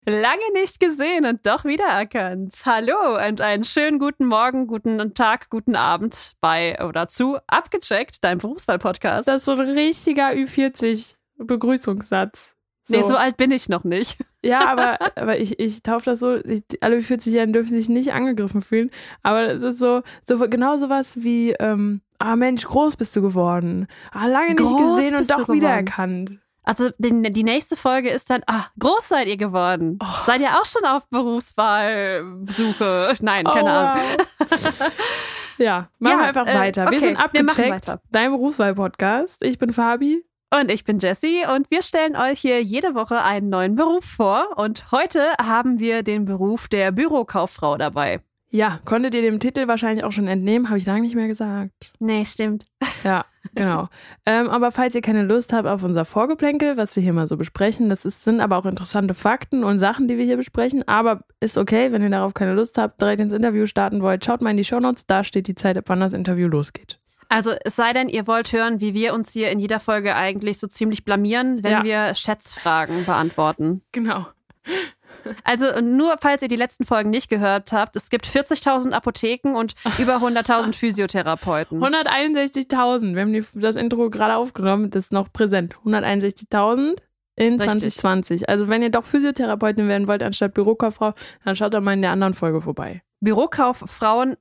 Lange nicht gesehen und doch wiedererkannt. Hallo und einen schönen guten Morgen, guten Tag, guten Abend bei oder zu Abgecheckt, deinem Berufswahl-Podcast. Das ist so ein richtiger Ü40-Begrüßungssatz. So. Nee, so alt bin ich noch nicht. Ja, aber ich taufe das so, alle Ü40-Jährigen dürfen sich nicht angegriffen fühlen, aber es ist so genau sowas wie, Mensch, groß bist du geworden. Lange nicht gesehen und doch wiedererkannt. Also die nächste Folge ist dann, groß seid ihr geworden. Oh. Seid ihr auch schon auf Berufswahlsuche? Nein, keine Ahnung. Wow. Ja, machen wir einfach weiter. Wir sind Abgecheckt, dein Berufswahl-Podcast. Ich bin Fabi. Und ich bin Jessie und wir stellen euch hier jede Woche einen neuen Beruf vor. Und heute haben wir den Beruf der Bürokauffrau dabei. Ja, konntet ihr dem Titel wahrscheinlich auch schon entnehmen, habe ich lange nicht mehr gesagt. Nee, stimmt. Ja, genau. Aber falls ihr keine Lust habt auf unser Vorgeplänkel, was wir hier mal so besprechen, sind aber auch interessante Fakten und Sachen, die wir hier besprechen, aber ist okay, wenn ihr darauf keine Lust habt, direkt ins Interview starten wollt, schaut mal in die Shownotes, da steht die Zeit, ab wann das Interview losgeht. Also es sei denn, ihr wollt hören, wie wir uns hier in jeder Folge eigentlich so ziemlich blamieren, wenn wir Schätzfragen beantworten. Genau. Also nur, falls ihr die letzten Folgen nicht gehört habt, es gibt 40.000 Apotheken und über 100.000 Physiotherapeuten. 161.000, wir haben das Intro gerade aufgenommen, das ist noch präsent. 161.000 in 2020. Richtig. Also wenn ihr doch Physiotherapeutin werden wollt, anstatt Bürokauffrau, dann schaut doch mal in der anderen Folge vorbei. Bürokauffrauen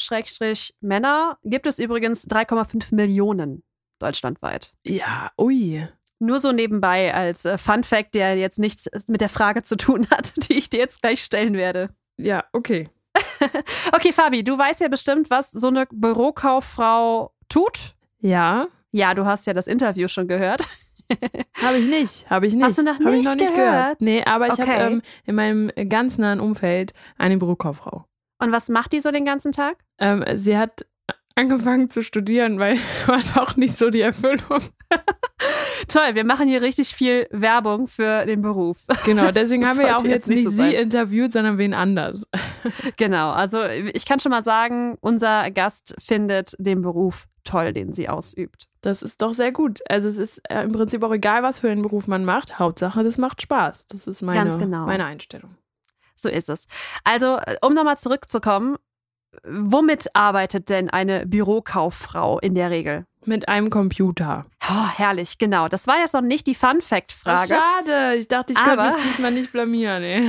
Männer gibt es übrigens 3,5 Millionen deutschlandweit. Ja, ui. Nur so nebenbei als Fun Fact, der jetzt nichts mit der Frage zu tun hat, die ich dir jetzt gleich stellen werde. Ja, okay. Okay, Fabi, du weißt ja bestimmt, was so eine Bürokauffrau tut. Ja. Ja, du hast ja das Interview schon gehört. Habe ich nicht. Hast du noch nicht gehört? Nee, aber ich habe in meinem ganz nahen Umfeld eine Bürokauffrau. Und was macht die so den ganzen Tag? Sie hat angefangen zu studieren, weil war doch nicht so die Erfüllung. Toll, wir machen hier richtig viel Werbung für den Beruf. Genau, deswegen haben wir ja auch jetzt nicht sie interviewt, sondern wen anders. Genau, also ich kann schon mal sagen, unser Gast findet den Beruf toll, den sie ausübt. Das ist doch sehr gut. Also es ist im Prinzip auch egal, was für einen Beruf man macht. Hauptsache, das macht Spaß. Das ist meine Einstellung. So ist es. Also, um nochmal zurückzukommen, womit arbeitet denn eine Bürokauffrau in der Regel? Mit einem Computer. Oh, herrlich, genau. Das war jetzt noch nicht die Fun-Fact-Frage. Oh, schade, ich dachte, ich könnte mich diesmal nicht blamieren. Ey.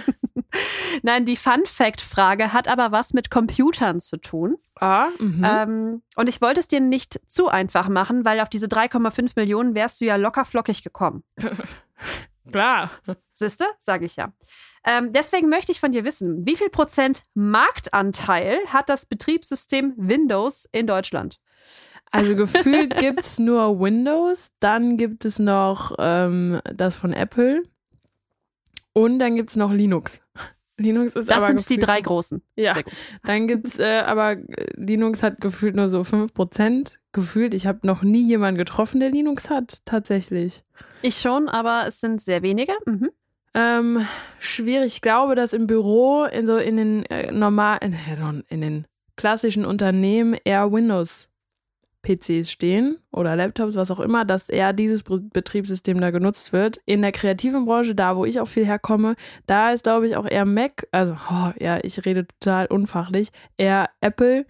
Nein, die Fun-Fact-Frage hat aber was mit Computern zu tun. Und ich wollte es dir nicht zu einfach machen, weil auf diese 3,5 Millionen wärst du ja locker flockig gekommen. Klar. Siehste, sage ich ja. Deswegen möchte ich von dir wissen, wie viel % Marktanteil hat das Betriebssystem Windows in Deutschland? Also gefühlt gibt es nur Windows, dann gibt es noch das von Apple und dann gibt es noch Linux. Linux ist das aber sind die drei großen. Ja, dann gibt es aber Linux hat gefühlt nur so 5% gefühlt. Ich habe noch nie jemanden getroffen, der Linux hat, tatsächlich. Ich schon, aber es sind sehr wenige. Mhm. Schwierig. Ich glaube, dass im Büro in den in den klassischen Unternehmen eher Windows-PCs stehen oder Laptops, was auch immer, dass eher dieses Betriebssystem da genutzt wird. In der kreativen Branche, da wo ich auch viel herkomme, da ist, glaube ich, auch eher Mac, ich rede total unfachlich, eher Apple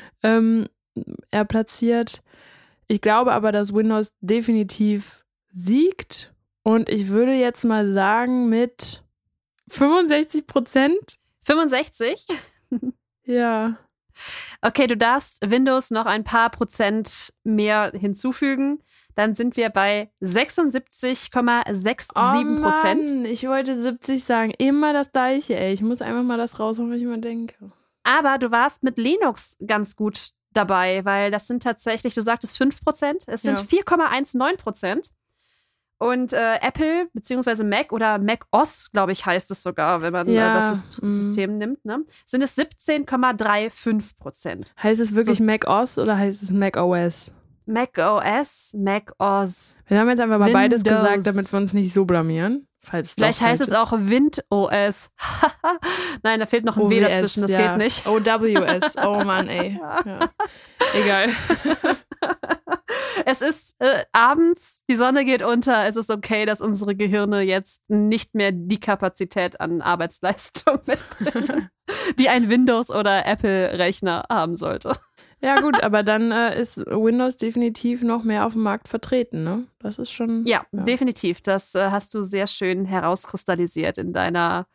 eher platziert. Ich glaube aber, dass Windows definitiv siegt. Und ich würde jetzt mal sagen mit 65%. 65? Ja. Okay, du darfst Windows noch ein paar Prozent mehr hinzufügen. Dann sind wir bei 76,67%. Oh Mann, ich wollte 70 sagen. Immer das Gleiche, ey. Ich muss einfach mal das raushauen, was ich immer denke. Aber du warst mit Linux ganz gut dabei, weil das sind tatsächlich, du sagtest 5%, es sind 4,19%. Und Apple bzw. Mac oder Mac OS, glaube ich, heißt es sogar, wenn man das System nimmt, ne? Sind es 17,35%. Heißt es wirklich Mac OS oder heißt es Mac OS? Mac OS, Mac OS. Wir haben jetzt einfach mal beides gesagt, damit wir uns nicht so blamieren. Vielleicht heißt es auch WindOS. Nein, da fehlt noch ein W dazwischen, das geht nicht. OWS, oh Mann, ey. Ja. Egal. Es ist abends, die Sonne geht unter, es ist okay, dass unsere Gehirne jetzt nicht mehr die Kapazität an Arbeitsleistung mitbringen, die ein Windows- oder Apple-Rechner haben sollte. Ja gut, aber dann ist Windows definitiv noch mehr auf dem Markt vertreten, ne? Das ist schon... Ja, definitiv. Das hast du sehr schön herauskristallisiert in deinem,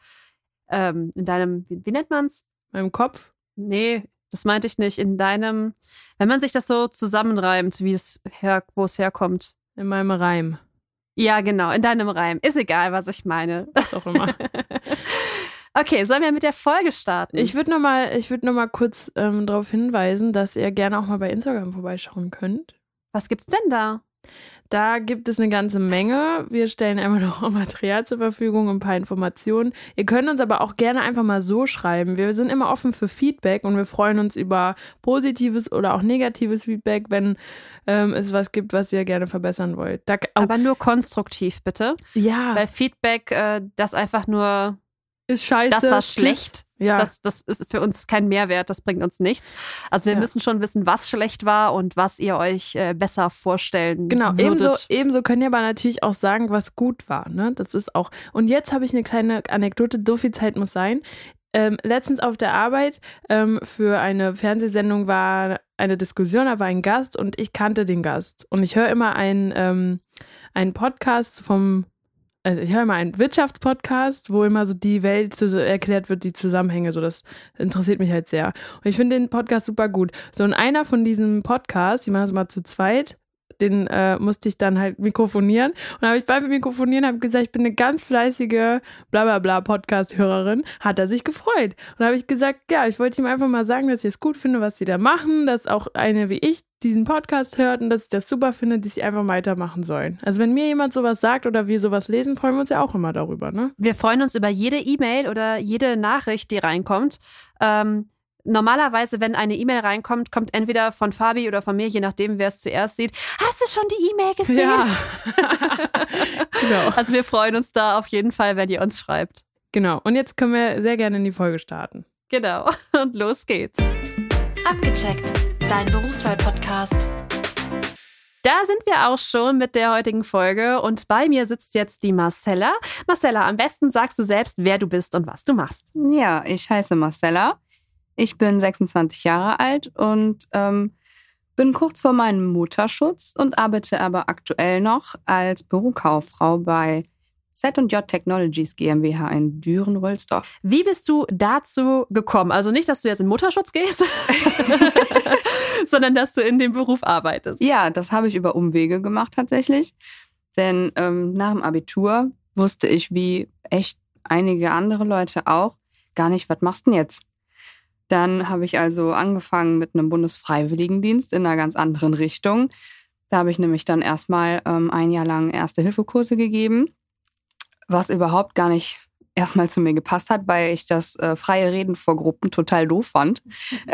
wie nennt man's? Meinem Kopf? Nee, das meinte ich nicht. In deinem, wenn man sich das so zusammenreimt, wo es herkommt. In meinem Reim. Ja, genau, in deinem Reim. Ist egal, was ich meine. Was auch immer. Okay, sollen wir mit der Folge starten? Ich würde noch mal kurz darauf hinweisen, dass ihr gerne auch mal bei Instagram vorbeischauen könnt. Was gibt's denn da? Da gibt es eine ganze Menge. Wir stellen immer noch Material zur Verfügung, ein paar Informationen. Ihr könnt uns aber auch gerne einfach mal so schreiben. Wir sind immer offen für Feedback und wir freuen uns über positives oder auch negatives Feedback, wenn es was gibt, was ihr gerne verbessern wollt. Aber nur konstruktiv, bitte. Ja. Weil Feedback, das einfach nur ist scheiße. Das war schlecht. Ja. Das ist für uns kein Mehrwert, das bringt uns nichts. Also wir müssen schon wissen, was schlecht war und was ihr euch besser vorstellen würdet. Ebenso könnt ihr aber natürlich auch sagen, was gut war. Ne? Das ist auch. Und jetzt habe ich eine kleine Anekdote, so viel Zeit muss sein. Letztens auf der Arbeit für eine Fernsehsendung war eine Diskussion, da war ein Gast und ich kannte den Gast. Und ich höre immer einen Podcast ich höre mal einen Wirtschaftspodcast, wo immer so die Welt erklärt wird, die Zusammenhänge, so das interessiert mich halt sehr. Und ich finde den Podcast super gut. So, und einer von diesen Podcasts, die machen das mal zu zweit, den musste ich dann halt mikrofonieren. Und habe ich beim Mikrofonieren gesagt, ich bin eine ganz fleißige blablabla Podcast-Hörerin. Hat er sich gefreut. Und habe ich gesagt, ja, ich wollte ihm einfach mal sagen, dass ich es gut finde, was sie da machen, dass auch eine wie ich diesen Podcast hört und dass ich das super finde, dass sie einfach weitermachen sollen. Also wenn mir jemand sowas sagt oder wir sowas lesen, freuen wir uns ja auch immer darüber, ne? Wir freuen uns über jede E-Mail oder jede Nachricht, die reinkommt. Normalerweise, wenn eine E-Mail reinkommt, kommt entweder von Fabi oder von mir, je nachdem, wer es zuerst sieht. Hast du schon die E-Mail gesehen? Ja. Genau. Also wir freuen uns da auf jeden Fall, wenn ihr uns schreibt. Genau. Und jetzt können wir sehr gerne in die Folge starten. Genau. Und los geht's. Abgecheckt. Dein Berufswahl-Podcast. Da sind wir auch schon mit der heutigen Folge und bei mir sitzt jetzt die Marcella. Marcella, am besten sagst du selbst, wer du bist und was du machst. Ja, ich heiße Marcella. Ich bin 26 Jahre alt und bin kurz vor meinem Mutterschutz und arbeite aber aktuell noch als Bürokauffrau bei Z&J Technologies GmbH in Düren-Röhlsdorf. Wie bist du dazu gekommen? Also nicht, dass du jetzt in Mutterschutz gehst, sondern dass du in dem Beruf arbeitest. Ja, das habe ich über Umwege gemacht tatsächlich. Denn nach dem Abitur wusste ich, wie echt einige andere Leute auch, gar nicht, was machst du denn jetzt? Dann habe ich also angefangen mit einem Bundesfreiwilligendienst in einer ganz anderen Richtung. Da habe ich nämlich dann erstmal ein Jahr lang Erste-Hilfe-Kurse gegeben, was überhaupt gar nicht erstmal zu mir gepasst hat, weil ich das freie Reden vor Gruppen total doof fand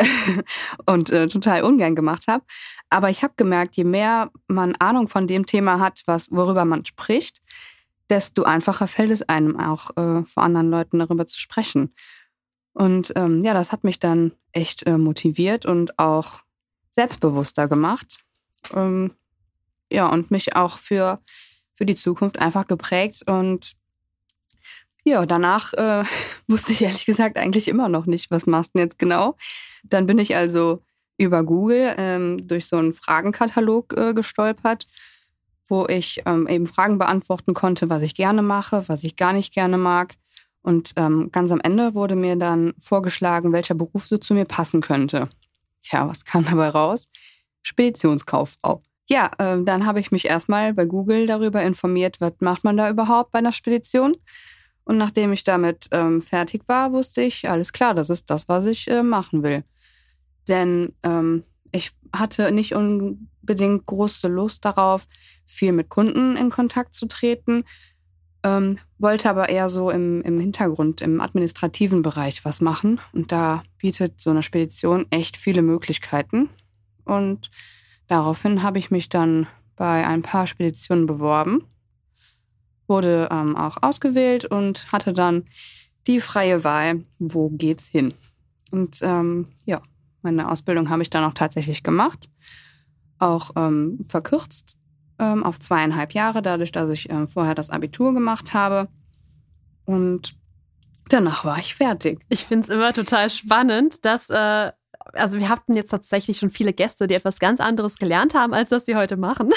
und total ungern gemacht habe. Aber ich habe gemerkt, je mehr man Ahnung von dem Thema hat, worüber man spricht, desto einfacher fällt es einem auch, vor anderen Leuten darüber zu sprechen. Und das hat mich dann echt motiviert und auch selbstbewusster gemacht. Und mich auch für die Zukunft einfach geprägt. Und ja, danach wusste ich ehrlich gesagt eigentlich immer noch nicht, was machst du denn jetzt genau. Dann bin ich also über Google durch so einen Fragenkatalog gestolpert, wo ich eben Fragen beantworten konnte, was ich gerne mache, was ich gar nicht gerne mag. Und ganz am Ende wurde mir dann vorgeschlagen, welcher Beruf so zu mir passen könnte. Tja, was kam dabei raus? Speditionskauffrau. Ja, dann habe ich mich erstmal bei Google darüber informiert, was macht man da überhaupt bei einer Spedition. Und nachdem ich damit fertig war, wusste ich, alles klar, das ist das, was ich machen will. Denn ich hatte nicht unbedingt große Lust darauf, viel mit Kunden in Kontakt zu treten, wollte aber eher so im Hintergrund, im administrativen Bereich was machen. Und da bietet so eine Spedition echt viele Möglichkeiten. Und daraufhin habe ich mich dann bei ein paar Speditionen beworben, wurde auch ausgewählt und hatte dann die freie Wahl, wo geht's hin. Und meine Ausbildung habe ich dann auch tatsächlich gemacht. auch verkürzt auf 2,5 Jahre, dadurch, dass ich vorher das Abitur gemacht habe. Und danach war ich fertig. Ich finde es immer total spannend, dass, also wir hatten jetzt tatsächlich schon viele Gäste, die etwas ganz anderes gelernt haben, als das sie heute machen.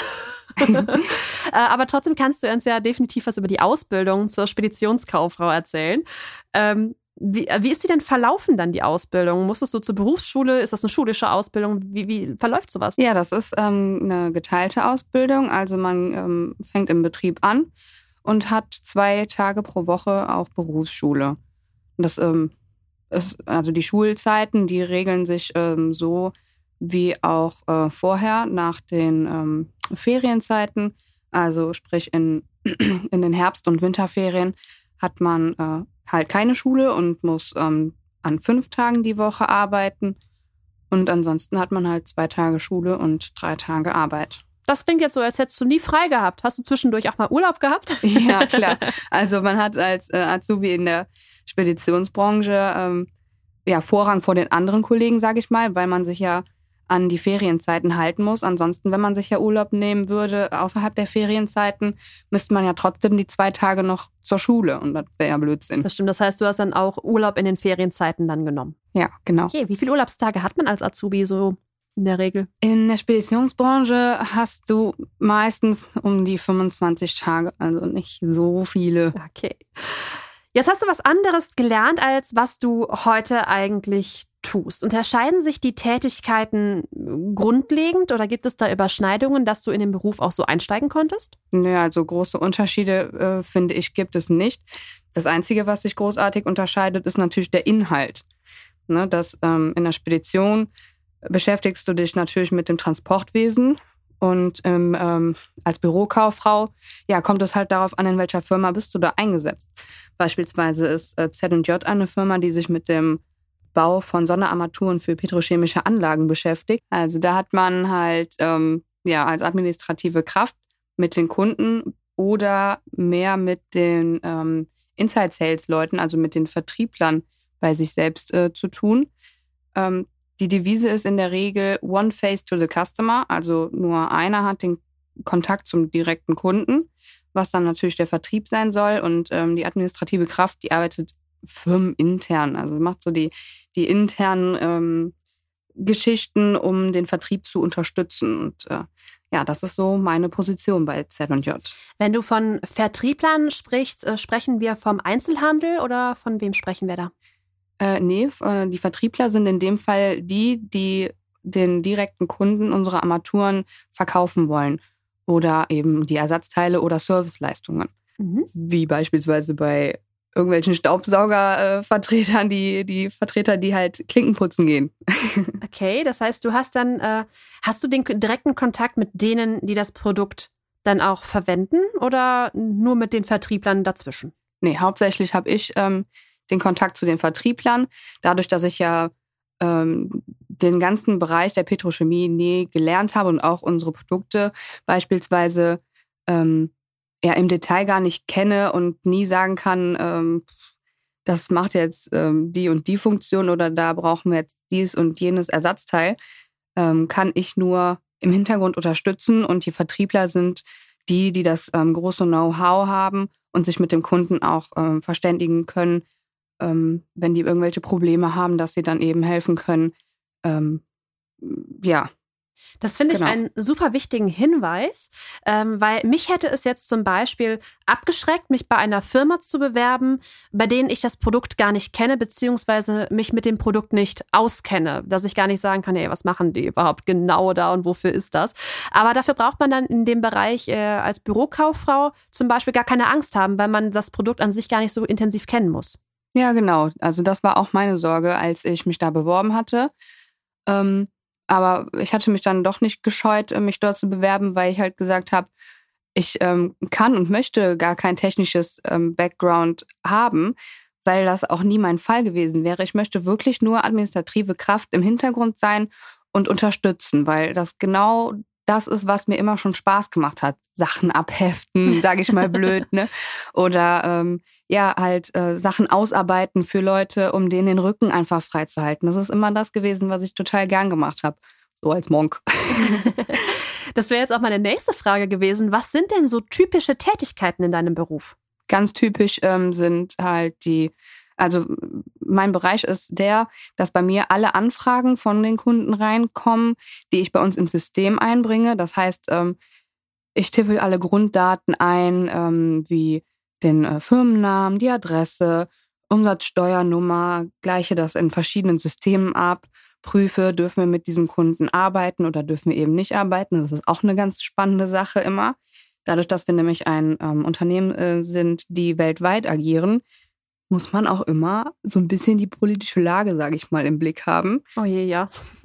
Aber trotzdem kannst du uns ja definitiv was über die Ausbildung zur Speditionskauffrau erzählen. Wie ist die denn verlaufen dann, die Ausbildung? Musstest du zur Berufsschule? Ist das eine schulische Ausbildung? Wie verläuft sowas? Ja, das ist eine geteilte Ausbildung. Also man fängt im Betrieb an und hat 2 Tage pro Woche auch Berufsschule. Und das also die Schulzeiten, die regeln sich so wie auch vorher nach den Ferienzeiten. Also sprich in den Herbst- und Winterferien hat man halt keine Schule und muss an 5 Tagen die Woche arbeiten. Und ansonsten hat man halt 2 Tage Schule und 3 Tage Arbeit. Das klingt jetzt so, als hättest du nie frei gehabt. Hast du zwischendurch auch mal Urlaub gehabt? Ja, klar. Also man hat als Azubi in der Speditionsbranche Vorrang vor den anderen Kollegen, sage ich mal, weil man sich ja an die Ferienzeiten halten muss. Ansonsten, wenn man sich ja Urlaub nehmen würde außerhalb der Ferienzeiten, müsste man ja trotzdem die 2 Tage noch zur Schule. Und das wäre ja Blödsinn. Das stimmt. Das heißt, du hast dann auch Urlaub in den Ferienzeiten dann genommen. Ja, genau. Okay, wie viele Urlaubstage hat man als Azubi so in der Regel? In der Speditionsbranche hast du meistens um die 25 Tage, also nicht so viele. Okay. Jetzt hast du was anderes gelernt, als was du heute eigentlich tust. Unterscheiden sich die Tätigkeiten grundlegend oder gibt es da Überschneidungen, dass du in den Beruf auch so einsteigen konntest? Naja, also große Unterschiede, finde ich, gibt es nicht. Das Einzige, was sich großartig unterscheidet, ist natürlich der Inhalt. Ne, in der Spedition beschäftigst du dich natürlich mit dem Transportwesen und als Bürokauffrau kommt es halt darauf an, in welcher Firma bist du da eingesetzt. Beispielsweise ist Z&J eine Firma, die sich mit dem Bau von Sonderarmaturen für petrochemische Anlagen beschäftigt. Also da hat man halt als administrative Kraft mit den Kunden oder mehr mit den Inside-Sales-Leuten, also mit den Vertrieblern bei sich selbst zu tun. Die Devise ist in der Regel One Face to the Customer, also nur einer hat den Kontakt zum direkten Kunden, was dann natürlich der Vertrieb sein soll. Und die administrative Kraft, die arbeitet firmenintern, also macht so die internen Geschichten, um den Vertrieb zu unterstützen. Und das ist so meine Position bei Z&J. Wenn du von Vertrieblern sprichst, sprechen wir vom Einzelhandel oder von wem sprechen wir da? Die Vertriebler sind in dem Fall die den direkten Kunden unsere Armaturen verkaufen wollen. Oder eben die Ersatzteile oder Serviceleistungen. Mhm. Wie beispielsweise bei irgendwelchen Staubsaugervertretern, die Vertreter, die halt Klinken putzen gehen. Okay, das heißt, du hast dann, hast du den direkten Kontakt mit denen, die das Produkt dann auch verwenden oder nur mit den Vertrieblern dazwischen? Nee, hauptsächlich habe ich den Kontakt zu den Vertrieblern. Dadurch, dass ich ja den ganzen Bereich der Petrochemie gelernt habe und auch unsere Produkte beispielsweise im Detail gar nicht kenne und nie sagen kann, das macht jetzt die und die Funktion oder da brauchen wir jetzt dies und jenes Ersatzteil, kann ich nur im Hintergrund unterstützen und die Vertriebler sind die das große Know-how haben und sich mit dem Kunden auch verständigen können, wenn die irgendwelche Probleme haben, dass sie dann eben helfen können. Das finde ich einen super wichtigen Hinweis, weil mich hätte es jetzt zum Beispiel abgeschreckt, mich bei einer Firma zu bewerben, bei denen ich das Produkt gar nicht kenne, beziehungsweise mich mit dem Produkt nicht auskenne, dass ich gar nicht sagen kann, was machen die überhaupt genau da und wofür ist das? Aber dafür braucht man dann in dem Bereich als Bürokauffrau zum Beispiel gar keine Angst haben, weil man das Produkt an sich gar nicht so intensiv kennen muss. Ja, genau. Also das war auch meine Sorge, als ich mich da beworben hatte. Aber ich hatte mich dann doch nicht gescheut, mich dort zu bewerben, weil ich halt gesagt habe, ich kann und möchte gar kein technisches Background haben, weil das auch nie mein Fall gewesen wäre. Ich möchte wirklich nur administrative Kraft im Hintergrund sein und unterstützen, weil das genau das ist, was mir immer schon Spaß gemacht hat. Sachen abheften, sage ich mal blöd, ne? Oder Sachen ausarbeiten für Leute, um denen den Rücken einfach frei zu halten. Das ist immer das gewesen, was ich total gern gemacht habe. so als Monk. Das wäre jetzt auch meine nächste Frage gewesen. Was sind denn so typische Tätigkeiten in deinem Beruf? Ganz typisch sind halt also mein Bereich ist dass bei mir alle Anfragen von den Kunden reinkommen, die ich bei uns ins System einbringe. Das heißt, ich tippe alle Grunddaten ein, wie den Firmennamen, die Adresse, Umsatzsteuernummer, gleiche das in verschiedenen Systemen ab, prüfe, dürfen wir mit diesem Kunden arbeiten oder dürfen wir eben nicht arbeiten. Das ist auch eine ganz spannende Sache immer. Dadurch, dass wir nämlich ein Unternehmen sind, die weltweit agieren, muss man auch immer so ein bisschen die politische Lage, sage ich mal, im Blick haben. Oh je, ja.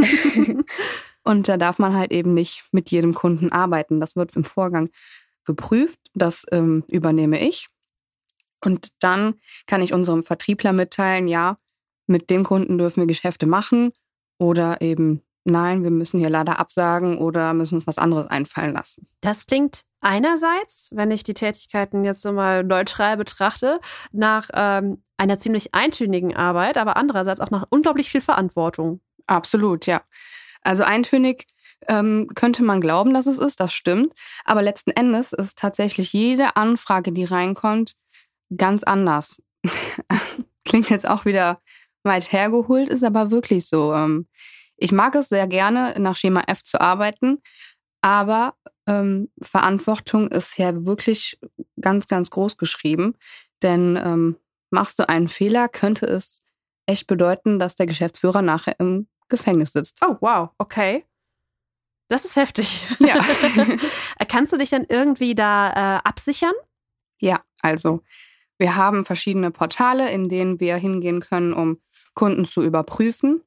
Und da darf man halt eben nicht mit jedem Kunden arbeiten. Das wird im Vorgang geprüft. Das übernehme ich. Und dann kann ich unserem Vertriebler mitteilen, ja, mit dem Kunden dürfen wir Geschäfte machen oder eben nein, wir müssen hier leider absagen oder müssen uns was anderes einfallen lassen. Das klingt einerseits, wenn ich die Tätigkeiten jetzt so mal neutral betrachte, nach einer ziemlich eintönigen Arbeit, aber andererseits auch nach unglaublich viel Verantwortung. Absolut, ja. Also eintönig könnte man glauben, dass es ist, das stimmt. Aber letzten Endes ist tatsächlich jede Anfrage, die reinkommt, ganz anders. Klingt jetzt auch wieder weit hergeholt, ist aber wirklich so. Ich mag es sehr gerne, nach Schema F zu arbeiten, aber Verantwortung ist ja wirklich ganz, ganz groß geschrieben. Denn machst du einen Fehler, könnte es echt bedeuten, dass der Geschäftsführer nachher im Gefängnis sitzt. Oh, wow, okay. Das ist heftig. Ja. Kannst du dich dann irgendwie da absichern? Ja, also wir haben verschiedene Portale, in denen wir hingehen können, um Kunden zu überprüfen.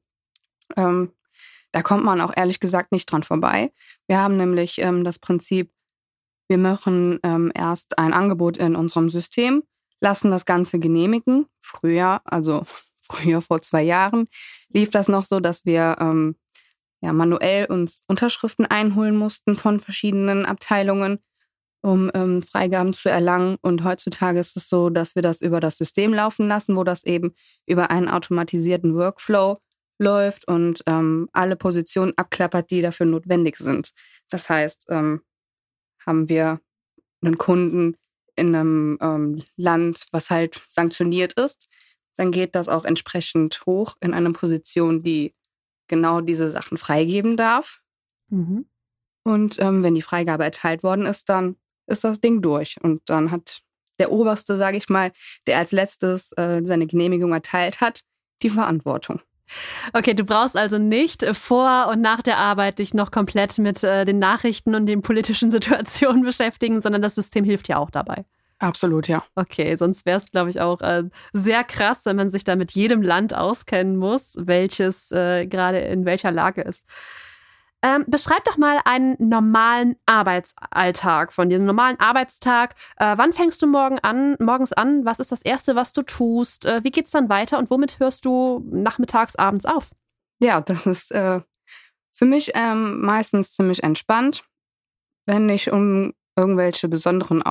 Da kommt man auch ehrlich gesagt nicht dran vorbei. Wir haben nämlich das Prinzip, wir machen erst ein Angebot in unserem System, lassen das Ganze genehmigen. Früher vor 2 Jahren, lief das noch so, dass wir manuell uns Unterschriften einholen mussten von verschiedenen Abteilungen, um Freigaben zu erlangen. Und heutzutage ist es so, dass wir das über das System laufen lassen, wo das eben über einen automatisierten Workflow läuft und alle Positionen abklappert, die dafür notwendig sind. Das heißt, haben wir einen Kunden in einem Land, was halt sanktioniert ist, dann geht das auch entsprechend hoch in eine Position, die genau diese Sachen freigeben darf. Mhm. Und wenn die Freigabe erteilt worden ist, dann ist das Ding durch. Und dann hat der Oberste, sage ich mal, der als letztes seine Genehmigung erteilt hat, die Verantwortung. Okay, du brauchst also nicht vor und nach der Arbeit dich noch komplett mit den Nachrichten und den politischen Situationen beschäftigen, sondern das System hilft ja auch dabei. Absolut, ja. Okay, sonst wäre es, glaube ich, auch sehr krass, wenn man sich da mit jedem Land auskennen muss, welches gerade in welcher Lage ist. Beschreib doch mal einen normalen Arbeitsalltag von dir, einen normalen Arbeitstag. Wann fängst du morgens an? Was ist das Erste, was du tust? Wie geht's dann weiter und womit hörst du nachmittags, abends auf? Ja, das ist für mich meistens ziemlich entspannt, wenn ich um irgendwelche besonderen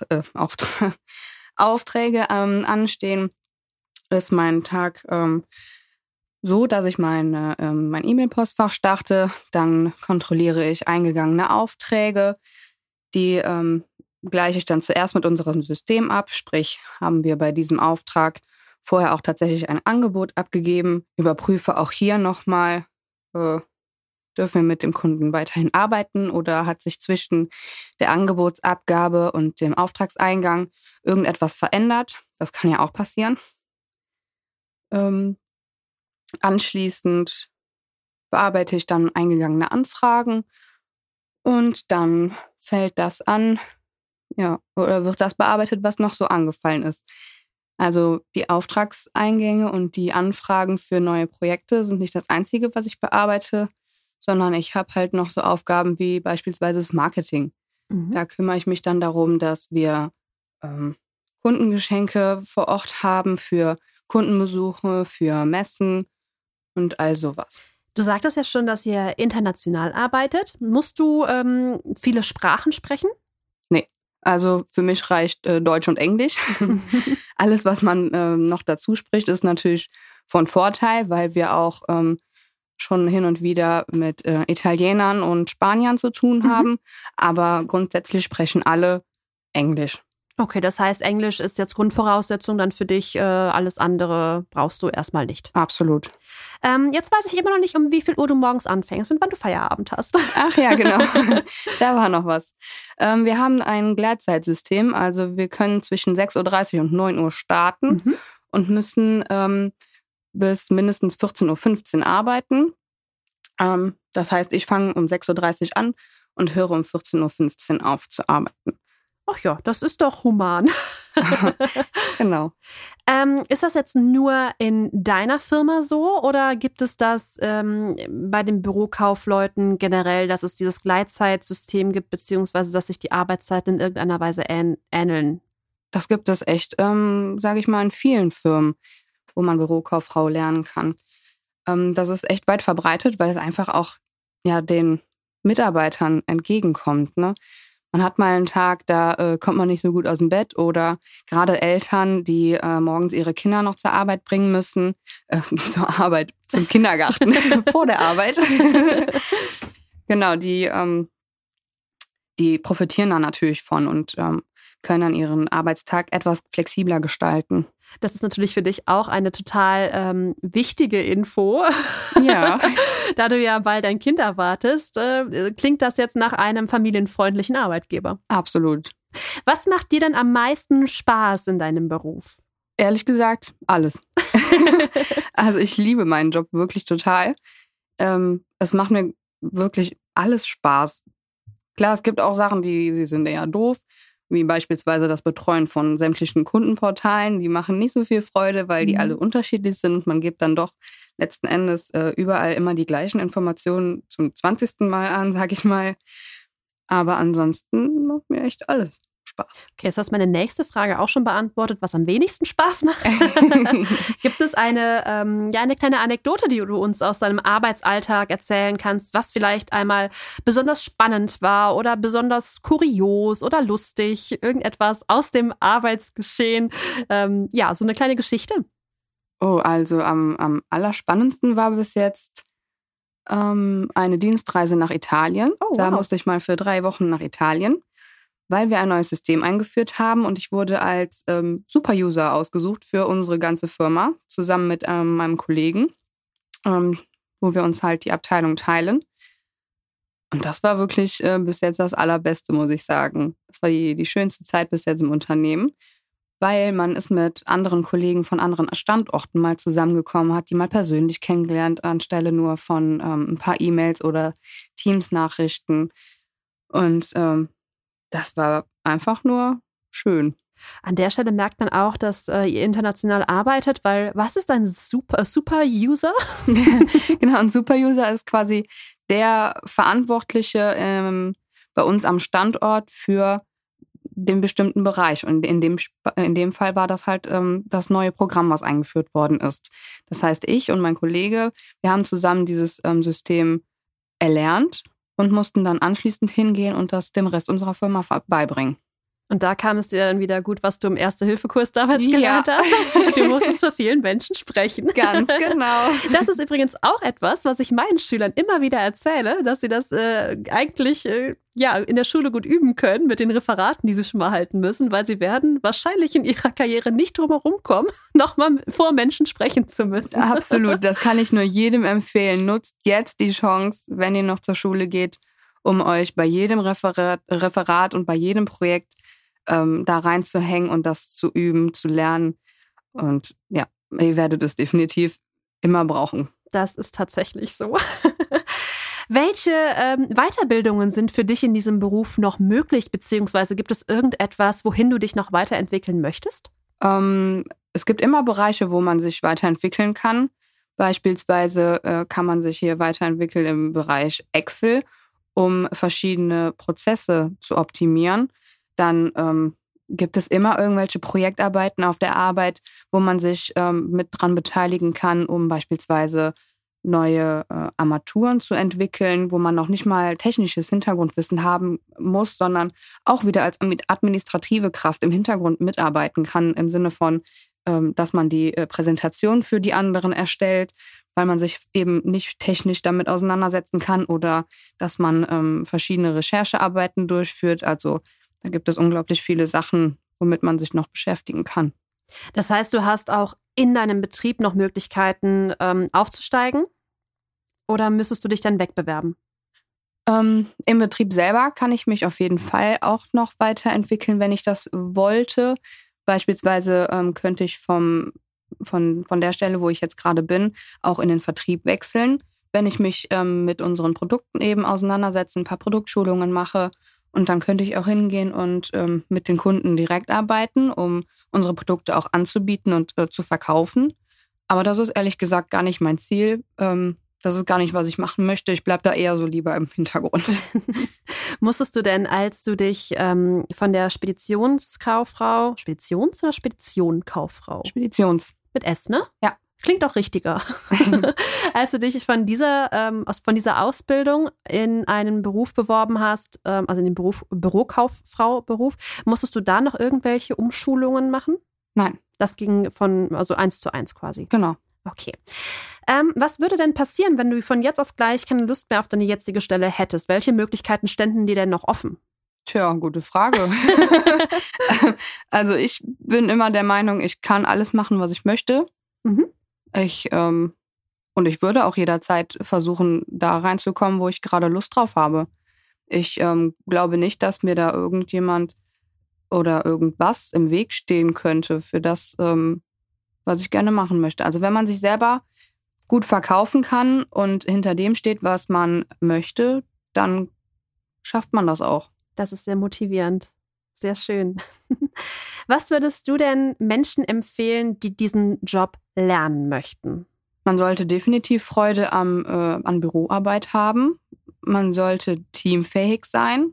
Aufträge anstehen, ist mein Tag so, dass ich mein E-Mail-Postfach starte. Dann kontrolliere ich eingegangene Aufträge. Die gleiche ich dann zuerst mit unserem System ab. Sprich, haben wir bei diesem Auftrag vorher auch tatsächlich ein Angebot abgegeben. Überprüfe auch hier nochmal, dürfen wir mit dem Kunden weiterhin arbeiten oder hat sich zwischen der Angebotsabgabe und dem Auftragseingang irgendetwas verändert? Das kann ja auch passieren. Anschließend bearbeite ich dann eingegangene Anfragen und dann fällt das an, ja, oder wird das bearbeitet, was noch so angefallen ist. Also die Auftragseingänge und die Anfragen für neue Projekte sind nicht das Einzige, was ich bearbeite, sondern ich habe halt noch so Aufgaben wie beispielsweise das Marketing. Mhm. Da kümmere ich mich dann darum, dass wir Kundengeschenke vor Ort haben für Kundenbesuche, für Messen und all sowas. Du sagtest ja schon, dass ihr international arbeitet. Musst du viele Sprachen sprechen? Nee, also für mich reicht Deutsch und Englisch. Alles, was man noch dazu spricht, ist natürlich von Vorteil, weil wir auch schon hin und wieder mit Italienern und Spaniern zu tun haben, aber grundsätzlich sprechen alle Englisch. Okay, das heißt, Englisch ist jetzt Grundvoraussetzung dann für dich, alles andere brauchst du erstmal nicht. Absolut. Jetzt weiß ich immer noch nicht, um wie viel Uhr du morgens anfängst und wann du Feierabend hast. Ach ja, genau. Da war noch was. Wir haben ein Gleitzeitsystem, also wir können zwischen 6.30 Uhr und 9 Uhr starten und müssen bis mindestens 14.15 Uhr arbeiten. Das heißt, ich fange um 6.30 Uhr an und höre um 14.15 Uhr auf zu arbeiten. Ach ja, das ist doch human. Genau. Ist das jetzt nur in deiner Firma so oder gibt es das bei den Bürokaufleuten generell, dass es dieses Gleitzeitsystem gibt, beziehungsweise dass sich die Arbeitszeiten in irgendeiner Weise ähneln? Das gibt es echt, sage ich mal, in vielen Firmen, wo man Bürokauffrau lernen kann. Das ist echt weit verbreitet, weil es einfach auch den Mitarbeitern entgegenkommt, ne? Man hat mal einen Tag, da kommt man nicht so gut aus dem Bett oder gerade Eltern, die morgens ihre Kinder noch zur Arbeit bringen müssen, zum Kindergarten, vor der Arbeit. Genau, die profitieren da natürlich von und können dann ihren Arbeitstag etwas flexibler gestalten. Das ist natürlich für dich auch eine total wichtige Info. Ja. Da du ja bald ein Kind erwartest, klingt das jetzt nach einem familienfreundlichen Arbeitgeber. Absolut. Was macht dir denn am meisten Spaß in deinem Beruf? Ehrlich gesagt, alles. Also ich liebe meinen Job wirklich total. Es macht mir wirklich alles Spaß. Klar, es gibt auch Sachen, die sind eher doof, wie beispielsweise das Betreuen von sämtlichen Kundenportalen. Die machen nicht so viel Freude, weil die alle unterschiedlich sind. Man gibt dann doch letzten Endes überall immer die gleichen Informationen zum 20. Mal an, sag ich mal. Aber ansonsten macht mir echt alles Spaß. Okay, jetzt hast du meine nächste Frage auch schon beantwortet, was am wenigsten Spaß macht. Gibt es eine kleine Anekdote, die du uns aus deinem Arbeitsalltag erzählen kannst, was vielleicht einmal besonders spannend war oder besonders kurios oder lustig, irgendetwas aus dem Arbeitsgeschehen? So eine kleine Geschichte. Oh, also am allerspannendsten war bis jetzt eine Dienstreise nach Italien. Oh, wow. Da musste ich mal für 3 Wochen nach Italien, weil wir ein neues System eingeführt haben und ich wurde als Super-User ausgesucht für unsere ganze Firma, zusammen mit meinem Kollegen, wo wir uns halt die Abteilung teilen. Und das war wirklich bis jetzt das Allerbeste, muss ich sagen. Das war die schönste Zeit bis jetzt im Unternehmen, weil man ist mit anderen Kollegen von anderen Standorten mal zusammengekommen, hat die mal persönlich kennengelernt, anstelle nur von ein paar E-Mails oder Teams-Nachrichten. Und das war einfach nur schön. An der Stelle merkt man auch, dass ihr international arbeitet, weil was ist ein Super-User? Genau, ein Super-User ist quasi der Verantwortliche bei uns am Standort für den bestimmten Bereich. Und in dem Fall war das halt das neue Programm, was eingeführt worden ist. Das heißt, ich und mein Kollege, wir haben zusammen dieses System erlernt und mussten dann anschließend hingehen und das dem Rest unserer Firma beibringen. Und da kam es dir dann wieder gut, was du im Erste-Hilfe-Kurs damals gelernt hast. Du musstest für vielen Menschen sprechen. Ganz genau. Das ist übrigens auch etwas, was ich meinen Schülern immer wieder erzähle, dass sie das eigentlich in der Schule gut üben können mit den Referaten, die sie schon mal halten müssen, weil sie werden wahrscheinlich in ihrer Karriere nicht drum herum kommen, nochmal vor Menschen sprechen zu müssen. Absolut, das kann ich nur jedem empfehlen. Nutzt jetzt die Chance, wenn ihr noch zur Schule geht, um euch bei jedem Referat und bei jedem Projekt da reinzuhängen und das zu üben, zu lernen. Und ja, ihr werdet es definitiv immer brauchen. Das ist tatsächlich so. Welche Weiterbildungen sind für dich in diesem Beruf noch möglich, beziehungsweise gibt es irgendetwas, wohin du dich noch weiterentwickeln möchtest? Es gibt immer Bereiche, wo man sich weiterentwickeln kann. Beispielsweise kann man sich hier weiterentwickeln im Bereich Excel, um verschiedene Prozesse zu optimieren. Dann gibt es immer irgendwelche Projektarbeiten auf der Arbeit, wo man sich mit dran beteiligen kann, um beispielsweise neue Armaturen zu entwickeln, wo man noch nicht mal technisches Hintergrundwissen haben muss, sondern auch wieder als administrative Kraft im Hintergrund mitarbeiten kann, im Sinne von, dass man die Präsentation für die anderen erstellt, weil man sich eben nicht technisch damit auseinandersetzen kann oder dass man verschiedene Recherchearbeiten durchführt. Also da gibt es unglaublich viele Sachen, womit man sich noch beschäftigen kann. Das heißt, du hast auch in deinem Betrieb noch Möglichkeiten aufzusteigen oder müsstest du dich dann wegbewerben? Im Betrieb selber kann ich mich auf jeden Fall auch noch weiterentwickeln, wenn ich das wollte. Beispielsweise könnte ich von der Stelle, wo ich jetzt gerade bin, auch in den Vertrieb wechseln, wenn ich mich mit unseren Produkten eben auseinandersetze, ein paar Produktschulungen mache. Und dann könnte ich auch hingehen und mit den Kunden direkt arbeiten, um unsere Produkte auch anzubieten und zu verkaufen. Aber das ist ehrlich gesagt gar nicht mein Ziel. Das ist gar nicht, was ich machen möchte. Ich bleibe da eher so lieber im Hintergrund. Musstest du denn, als du dich von der Speditionskauffrau, Speditions- oder Speditionkauffrau? Speditions. Mit S, ne? Ja. Klingt auch richtiger. Als du dich von dieser Ausbildung in einen Beruf beworben hast, also in den Bürokauffrau-Beruf, musstest du da noch irgendwelche Umschulungen machen? Nein. Das ging also 1:1 quasi? Genau. Okay. Was würde denn passieren, wenn du von jetzt auf gleich keine Lust mehr auf deine jetzige Stelle hättest? Welche Möglichkeiten ständen dir denn noch offen? Tja, gute Frage. Also ich bin immer der Meinung, ich kann alles machen, was ich möchte. Mhm. Und ich würde auch jederzeit versuchen, da reinzukommen, wo ich gerade Lust drauf habe. Ich glaube nicht, dass mir da irgendjemand oder irgendwas im Weg stehen könnte für das, was ich gerne machen möchte. Also wenn man sich selber gut verkaufen kann und hinter dem steht, was man möchte, dann schafft man das auch. Das ist sehr motivierend. Sehr schön. Was würdest du denn Menschen empfehlen, die diesen Job lernen möchten? Man sollte definitiv Freude an Büroarbeit haben. Man sollte teamfähig sein.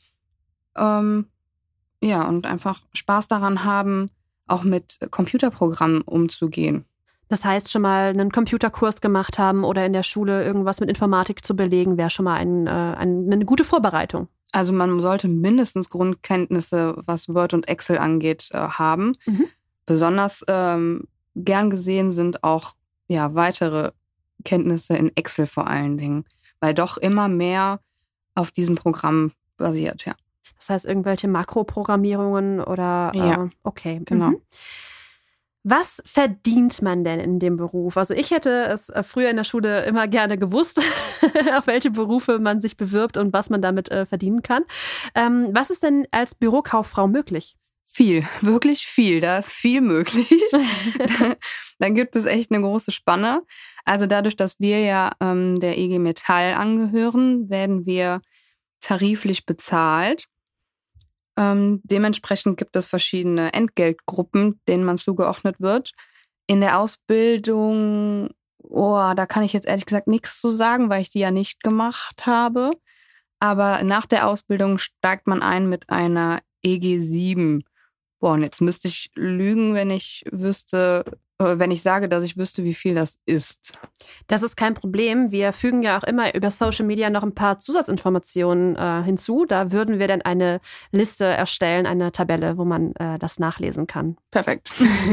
Und einfach Spaß daran haben, auch mit Computerprogrammen umzugehen. Das heißt, schon mal einen Computerkurs gemacht haben oder in der Schule irgendwas mit Informatik zu belegen, wäre schon mal eine gute Vorbereitung. Also man sollte mindestens Grundkenntnisse, was Word und Excel angeht, haben. Mhm. Besonders gern gesehen sind auch weitere Kenntnisse in Excel vor allen Dingen, weil doch immer mehr auf diesem Programm basiert, ja. Das heißt, irgendwelche Makroprogrammierungen oder ja, okay. Genau. Mhm. Was verdient man denn in dem Beruf? Also ich hätte es früher in der Schule immer gerne gewusst, auf welche Berufe man sich bewirbt und was man damit verdienen kann. Was ist denn als Bürokauffrau möglich? Viel, wirklich viel. Da ist viel möglich. Da gibt es echt eine große Spanne. Also dadurch, dass wir ja der IG Metall angehören, werden wir tariflich bezahlt. Dementsprechend gibt es verschiedene Entgeltgruppen, denen man zugeordnet wird. In der Ausbildung, da kann ich jetzt ehrlich gesagt nichts zu sagen, weil ich die ja nicht gemacht habe. Aber nach der Ausbildung steigt man ein mit einer EG 7. Und jetzt müsste ich lügen, wenn ich sage, dass ich wüsste, wie viel das ist. Das ist kein Problem. Wir fügen ja auch immer über Social Media noch ein paar Zusatzinformationen hinzu. Da würden wir dann eine Liste erstellen, eine Tabelle, wo man das nachlesen kann. Perfekt.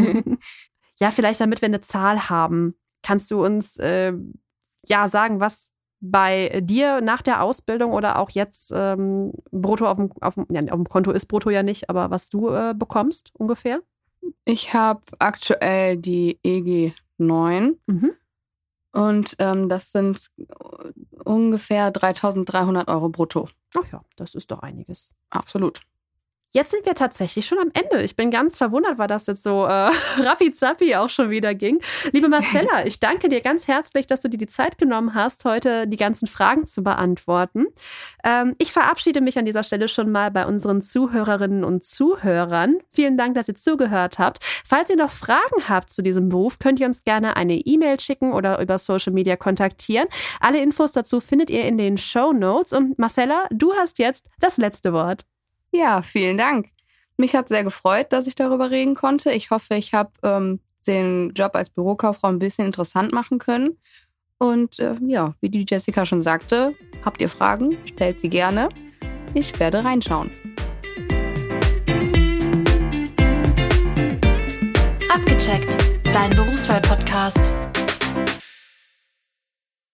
Ja, vielleicht damit wir eine Zahl haben. Kannst du uns sagen, was bei dir nach der Ausbildung oder auch jetzt brutto auf dem Konto ist brutto ja nicht, aber was du bekommst ungefähr? Ich habe aktuell die EG 9 und das sind ungefähr 3.300 € brutto. Ach ja, das ist doch einiges. Absolut. Jetzt sind wir tatsächlich schon am Ende. Ich bin ganz verwundert, weil das jetzt so rappi-zappi auch schon wieder ging. Liebe Marcella, ich danke dir ganz herzlich, dass du dir die Zeit genommen hast, heute die ganzen Fragen zu beantworten. Ich verabschiede mich an dieser Stelle schon mal bei unseren Zuhörerinnen und Zuhörern. Vielen Dank, dass ihr zugehört habt. Falls ihr noch Fragen habt zu diesem Beruf, könnt ihr uns gerne eine E-Mail schicken oder über Social Media kontaktieren. Alle Infos dazu findet ihr in den Shownotes. Und Marcella, du hast jetzt das letzte Wort. Ja, vielen Dank. Mich hat sehr gefreut, dass ich darüber reden konnte. Ich hoffe, ich habe den Job als Bürokauffrau ein bisschen interessant machen können. Und wie die Jessica schon sagte, habt ihr Fragen, stellt sie gerne. Ich werde reinschauen. Abgecheckt, dein Berufswahl-Podcast.